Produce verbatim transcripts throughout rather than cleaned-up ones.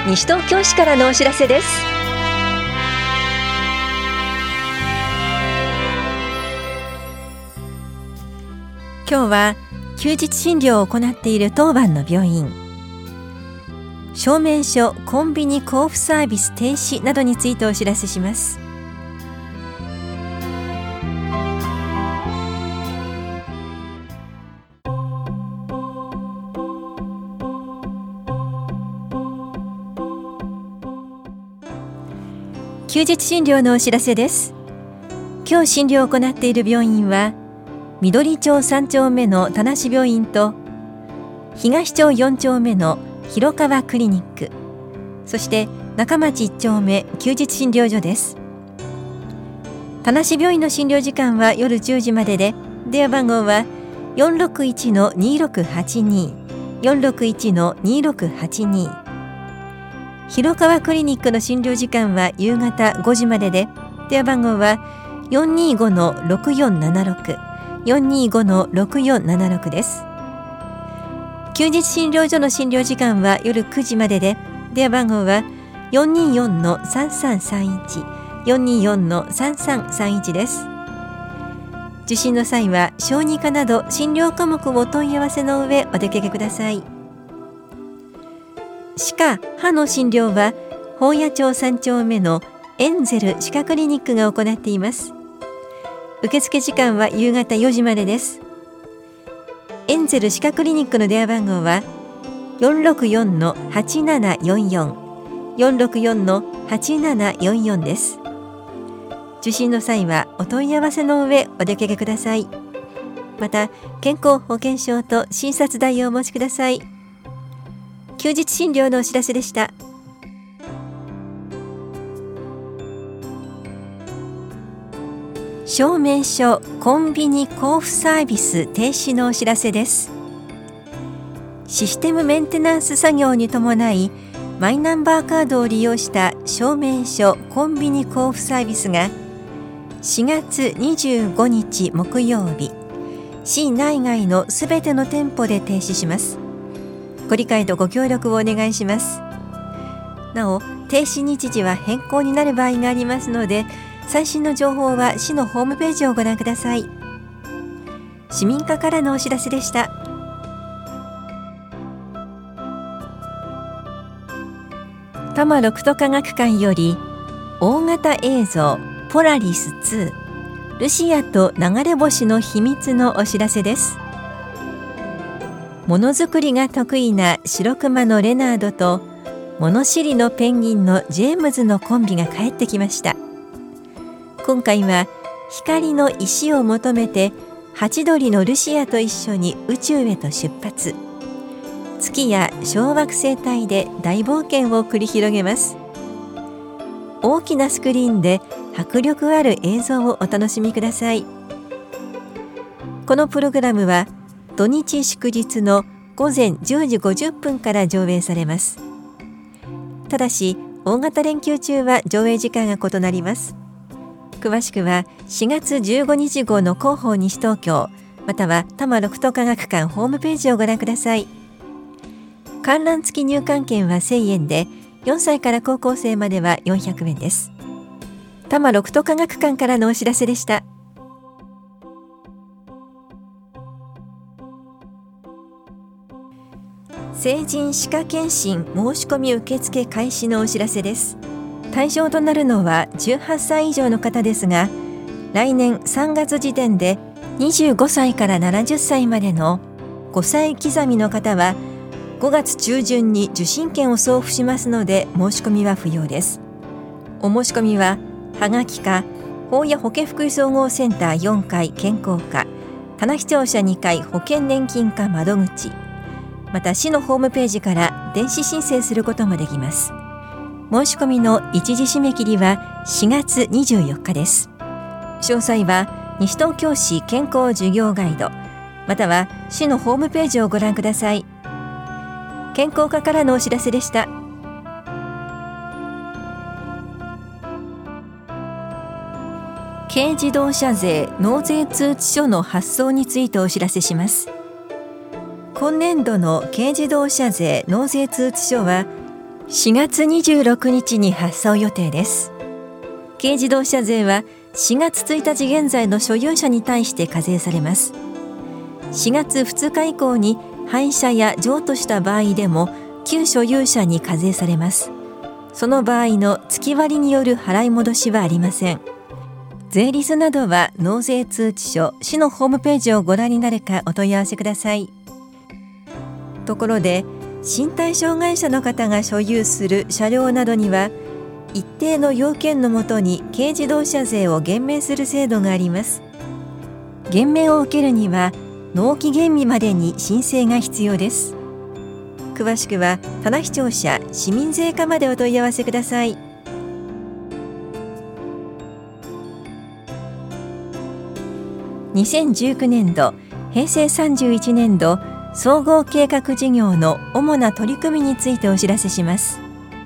西東京市からのお知らせです。今日は休日診療を行っている当番の病院、証明書、コンビニ交付サービス停止などについてお知らせします。休日診療のお知らせです。今日診療を行っている病院は緑町さん丁目の田無病院と東町よん丁目の広川クリニック、そして中町いち丁目休日診療所です。田無病院の診療時間は夜じゅうじまでで、電話番号は よんろくいちのにろくはちに よんろくいちのにろくはちに。広川クリニックの診療時間は夕方ごじまでで、電話番号は よんにごのろくよんななろく よんにごのろくよんななろく です。休日診療所の診療時間は夜くじまでで、電話番号は よんによんのさんさんさんいち よんによんのさんさんさんいち です。受診の際は小児科など診療科目をお問い合わせの上お出かけください。歯科・歯の診療は宝谷町さん丁目のエンゼル歯科クリニックが行っています。受付時間は夕方よじまでです。エンゼル歯科クリニックの電話番号は よんろくよんのはちななよんよん よんろくよんのはちななよんよん です。受診の際はお問い合わせの上お出かけください。また健康保険証と診察代をお持ちください。休日診療のお知らせでした。証明書、コンビニ交付サービス停止のお知らせです。システムメンテナンス作業に伴いマイナンバーカードを利用した証明書、コンビニ交付サービスがしがつにじゅうごにち木曜日、市内外のすべての店舗で停止します。ご理解とご協力をお願いします。なお、停止日時は変更になる場合がありますので、最新の情報は市のホームページをご覧ください。市民課からのお知らせでした。多摩六都科学館より大型映像ポラリスツー、ルシアと流れ星の秘密のお知らせです。ものづくりが得意な白熊のレナードと物知りのペンギンのジェームズのコンビが帰ってきました。今回は光の石を求めてハチドリのルシアと一緒に宇宙へと出発。月や小惑星帯で大冒険を繰り広げます。大きなスクリーンで迫力ある映像をお楽しみください。このプログラムは土日祝日のごぜんじゅうじごじゅっぷんから上映されます。ただし大型連休中は上映時間が異なります。詳しくはしがつじゅうごにち号の広報西東京または多摩六都科学館ホームページをご覧ください。観覧付き入館券はせんえんで、よんさいから高校生まではよんひゃくえんです。多摩六都科学館からのお知らせでした。成人歯科検診申し込み受付開始のお知らせです。対象となるのはじゅうはっさい以上の方ですが、来年さんがつ時点でにじゅうごさいからななじゅっさいまでのごさい刻みの方はごがつ中旬に受診券を送付しますので、申し込みは不要です。お申し込みははがきか宝谷保健福祉総合センターよんかい健康課、棚視聴者にかい保険年金課窓口、また市のホームページから電子申請することもできます。申し込みの一時締め切りはしがつにじゅうよっかです。詳細は西東京市健康事業ガイドまたは市のホームページをご覧ください。健康課からのお知らせでした。軽自動車税納税通知書の発送についてお知らせします。今年度の軽自動車税納税通知書はしがつにじゅうろくにちに発送予定です。軽自動車税はしがつついたち現在の所有者に対して課税されます。しがつふつか以降に廃車や譲渡した場合でも旧所有者に課税されます。その場合の月割による払い戻しはありません。税率などは納税通知書、市のホームページをご覧になるかお問い合わせください。ところで、身体障害者の方が所有する車両などには一定の要件のもとに軽自動車税を減免する制度があります。減免を受けるには納期限日までに申請が必要です。詳しくは棚視聴者市民税課までお問い合わせください。にせんじゅうきゅうねんど、へいせいさんじゅういちねんど総合計画事業の主な取り組みについてお知らせします。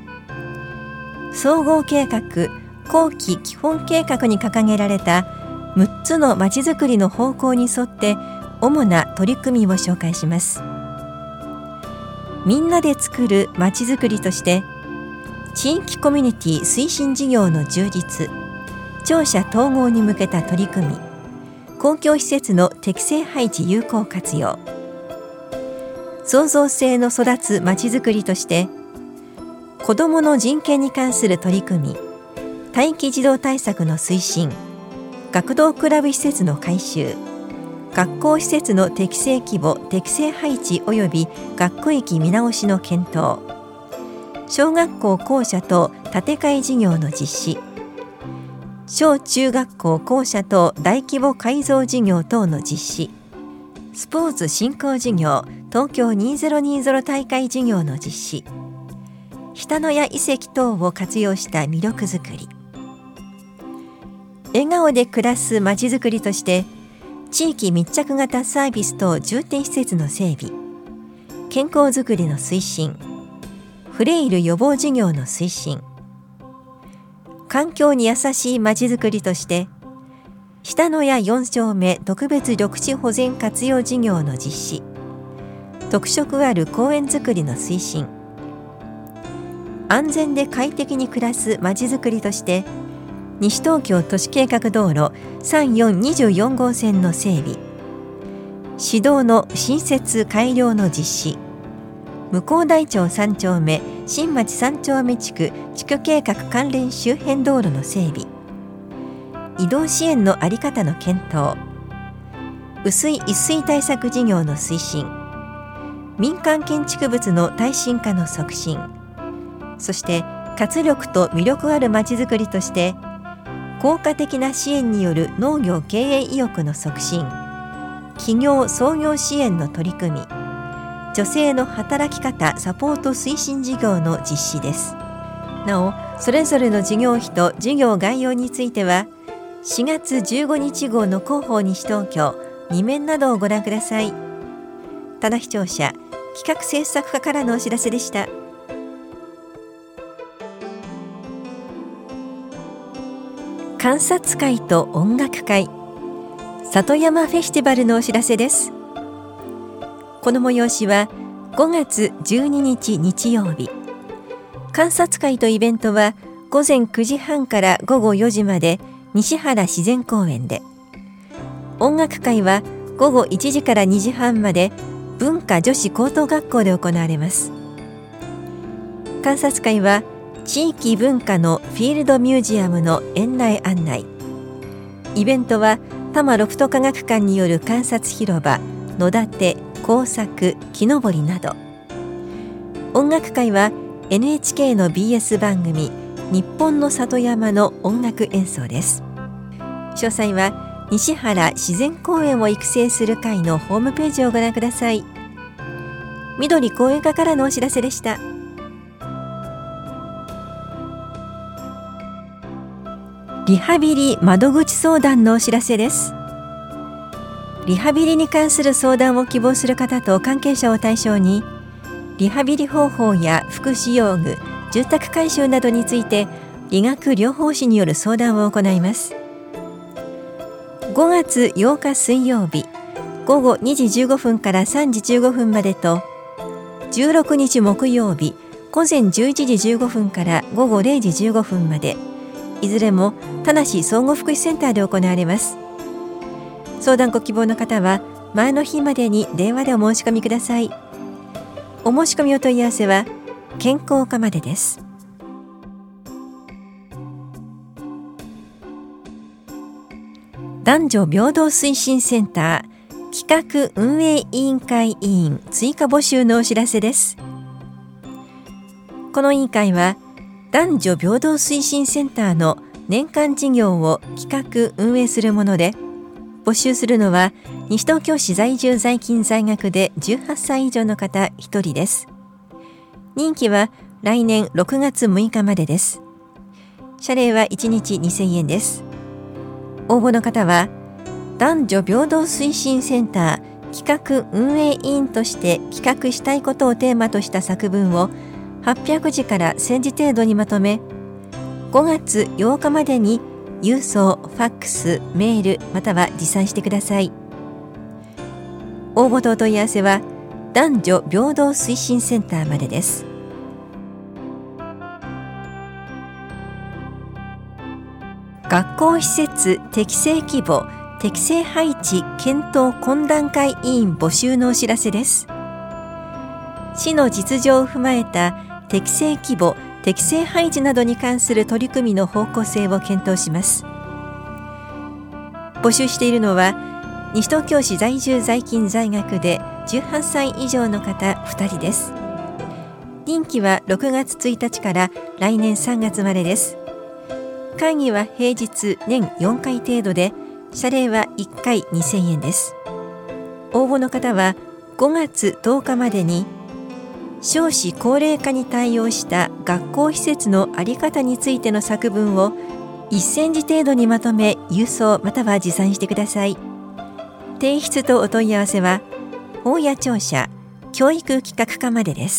総合計画後期基本計画に掲げられたむっつのまちづくりの方向に沿って主な取り組みを紹介します。みんなで作るまちづくりとして地域コミュニティ推進事業の充実、庁舎統合に向けた取り組み、公共施設の適正配置有効活用、創造性の育つまちづくりとして子どもの人権に関する取り組み、待機児童対策の推進、学童クラブ施設の改修、学校施設の適正規模・適正配置及び学区域見直しの検討、小学校校舎等建て替え事業の実施、小中学校校舎等大規模改造事業等の実施、スポーツ振興事業東京にせんにじゅう大会事業の実施、日野谷遺跡等を活用した魅力づくり、笑顔で暮らすまちづくりとして地域密着型サービス等重点施設の整備、健康づくりの推進、フレイル予防事業の推進、環境に優しいまちづくりとして日野谷よん丁目特別緑地保全活用事業の実施、特色ある公園づくりの推進、安全で快適に暮らすまちづくりとして西東京都市計画道路さんよんにじゅうよん号線の整備、市道の新設改良の実施、向台町さん丁目新町さん丁目地区地区計画関連周辺道路の整備、移動支援の在り方の検討、雨水一水対策事業の推進、民間建築物の耐震化の促進、そして活力と魅力あるまちづくりとして効果的な支援による農業経営意欲の促進、企業創業支援の取り組み、女性の働き方サポート推進事業の実施です。なお、それぞれの事業費と事業概要についてはしがつじゅうごにち号の広報西東京に面などをご覧ください。棚視聴者企画制作課からのお知らせでした。観察会と音楽会、里山フェスティバルのお知らせです。この催しはごがつじゅうににち日曜日、観察会とイベントはごぜんくじはんからごごよじまで西原自然公園で、音楽会はごごいちじからにじはんまで文化女子高等学校で行われます。観察会は地域文化のフィールドミュージアムの園内案内、イベントは多摩ロフト科学館による観察広場、野立て、工作、木登りなど、音楽会は エヌエイチケー の ビーエス 番組日本の里山の音楽演奏です。詳細は西原自然公園を育成する会のホームページをご覧ください。緑公園課からのお知らせでした。リハビリ窓口相談のお知らせです。リハビリに関する相談を希望する方と関係者を対象に、リハビリ方法や福祉用具、住宅改修などについて理学療法士による相談を行います。ごがつようか水曜日ごごにじじゅうごふんからさんじじゅうごふんまでと、じゅうろくにち木曜日午前じゅういちじじゅうごふんから午後れいじじゅうごふんまで、いずれも田無総合福祉センターで行われます。相談ご希望の方は前の日までに電話でお申し込みください。お申し込みお問い合わせは健康課までです。男女平等推進センター企画運営委員会委員追加募集のお知らせです。この委員会は男女平等推進センターの年間事業を企画運営するもので、募集するのは西東京市在住在勤在学でじゅうはっさい以上の方ひとりです。任期は来年ろくがつむいかまでです。謝礼はいちにちにせんえんです。応募の方は男女平等推進センター企画運営委員として企画したいことをテーマとした作文をはっぴゃくじからせんじ程度にまとめ、ごがつようかまでに郵送、ファックス、メールまたは持参してください。応募とお問い合わせは男女平等推進センターまでです。学校施設適正規模適正配置検討懇談会委員募集のお知らせです。市の実情を踏まえた適正規模適正配置などに関する取り組みの方向性を検討します。募集しているのは西東京市在住在勤在学でじゅうはっさい以上の方ふたりです。任期はろくがつついたちから来年さんがつまでです。会議は平日年よんかい程度で、謝礼はいっかいにせんえんです。応募の方はごがつとおかまでに少子高齢化に対応した学校施設の在り方についての作文をせんじ程度にまとめ郵送または持参してください。提出とお問い合わせは法屋庁舎教育企画課までです。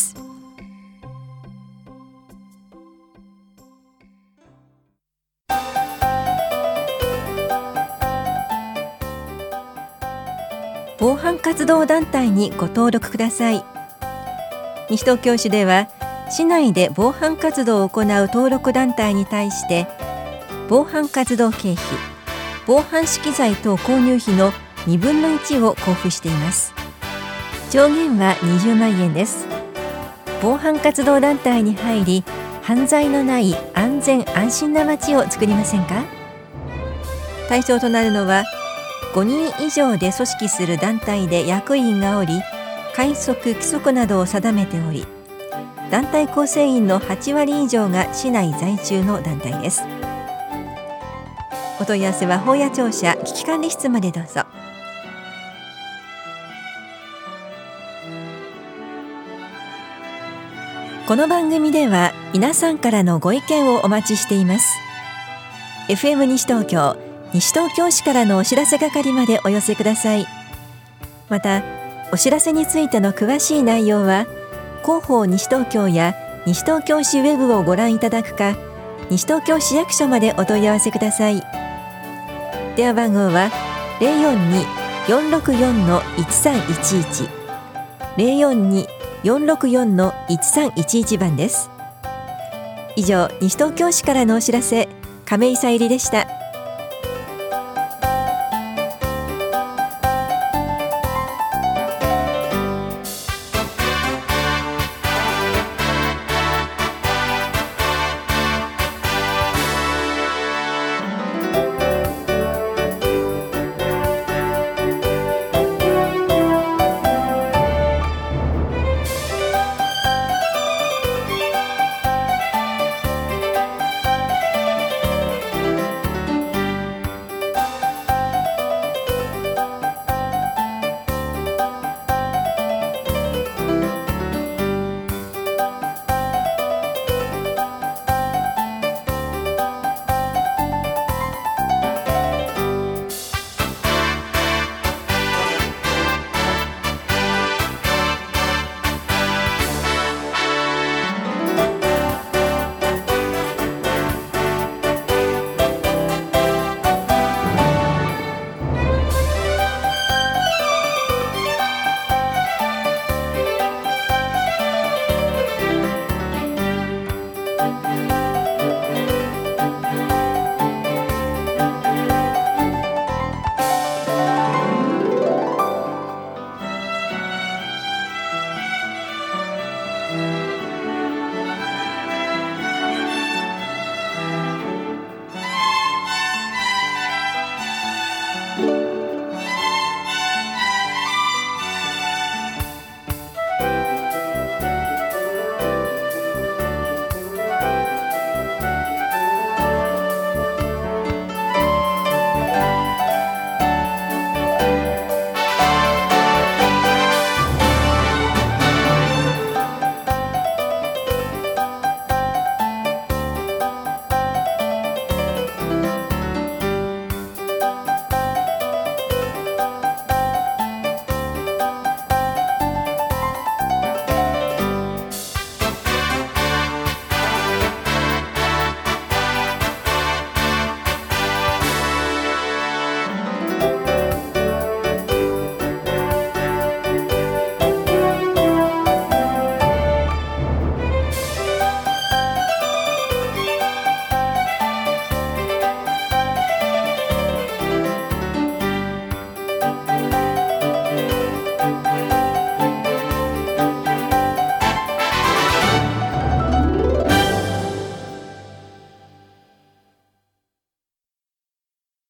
防犯活動団体にご登録ください。西東京市では市内で防犯活動を行う登録団体に対して防犯活動経費、防犯資機材等購入費のにぶんのいちを交付しています。上限はにじゅうまんえんです。防犯活動団体に入り、犯罪のない安全安心な街を作りませんか？対象となるのはごにん以上で組織する団体で役員がおり、会則・規則などを定めており、団体構成員のはちわり以上が市内在住の団体です。お問い合わせは法屋庁舎危機管理室までどうぞ。この番組では皆さんからのご意見をお待ちしています。 エフエム 西東京西東京市からのお知らせ係までお寄せください。またお知らせについての詳しい内容は広報西東京や西東京市ウェブをご覧いただくか、西東京市役所までお問い合わせください。電話番号は ゼロよんに よんろくよん いちさんいちいち ゼロよんに よんろくよん いちさんいちいち番です。以上、西東京市からのお知らせ、亀井さゆりでした。